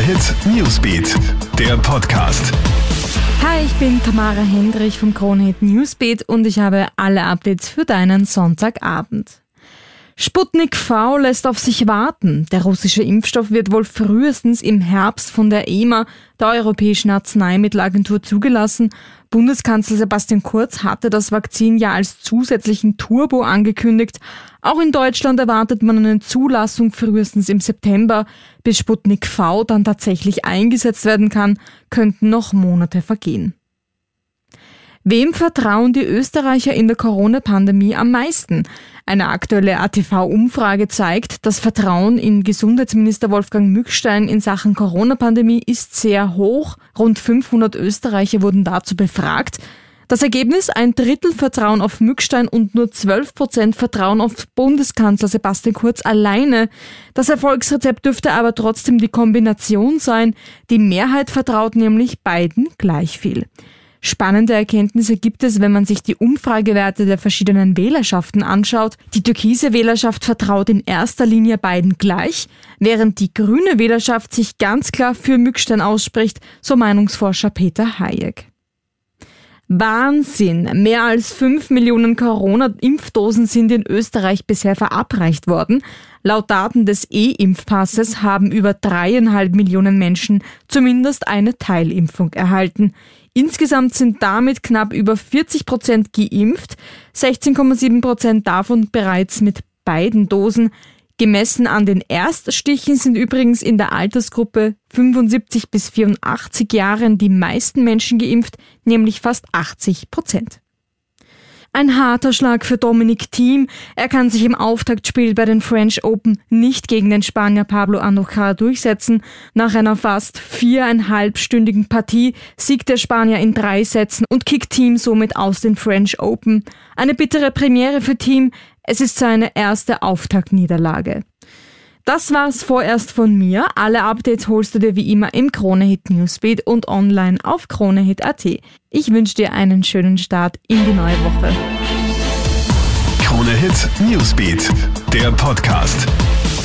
Hit Newsbeat, der Podcast. Hi, ich bin Tamara Hendrich vom Krone Hit Newsbeat und ich habe alle Updates für deinen Sonntagabend. Sputnik V lässt auf sich warten. Der russische Impfstoff wird wohl frühestens im Herbst von der EMA, der Europäischen Arzneimittelagentur, zugelassen. Bundeskanzler Sebastian Kurz hatte das Vakzin ja als zusätzlichen Turbo angekündigt. Auch in Deutschland erwartet man eine Zulassung frühestens im September. Bis Sputnik V dann tatsächlich eingesetzt werden kann, könnten noch Monate vergehen. Wem vertrauen die Österreicher in der Corona-Pandemie am meisten? Eine aktuelle ATV-Umfrage zeigt, das Vertrauen in Gesundheitsminister Wolfgang Mückstein in Sachen Corona-Pandemie ist sehr hoch. Rund 500 Österreicher wurden dazu befragt. Das Ergebnis: 1/3 Vertrauen auf Mückstein und nur 12% Vertrauen auf Bundeskanzler Sebastian Kurz alleine. Das Erfolgsrezept dürfte aber trotzdem die Kombination sein. Die Mehrheit vertraut nämlich beiden gleich viel. Spannende Erkenntnisse gibt es, wenn man sich die Umfragewerte der verschiedenen Wählerschaften anschaut. Die türkise Wählerschaft vertraut in erster Linie beiden gleich, während die grüne Wählerschaft sich ganz klar für Mückstein ausspricht, so Meinungsforscher Peter Hayek. Wahnsinn! Mehr als 5 Millionen Corona-Impfdosen sind in Österreich bisher verabreicht worden. Laut Daten des E-Impfpasses haben über 3,5 Millionen Menschen zumindest eine Teilimpfung erhalten. Insgesamt sind damit knapp über 40% geimpft, 16,7% davon bereits mit beiden Dosen. Gemessen an den Erststichen sind übrigens in der Altersgruppe 75 bis 84 Jahren die meisten Menschen geimpft, nämlich fast 80%. Ein harter Schlag für Dominic Thiem. Er kann sich im Auftaktspiel bei den French Open nicht gegen den Spanier Pablo Andújar durchsetzen. Nach einer fast 4,5-stündigen Partie siegt der Spanier in 3 Sätzen und kickt Thiem somit aus den French Open. Eine bittere Premiere für Thiem. Es ist seine erste Auftaktniederlage. Das war's vorerst von mir. Alle Updates holst du dir wie immer im Krone Hit Newsbeat und online auf kronehit.at. Ich wünsche dir einen schönen Start in die neue Woche. Krone Hit Newsbeat, der Podcast.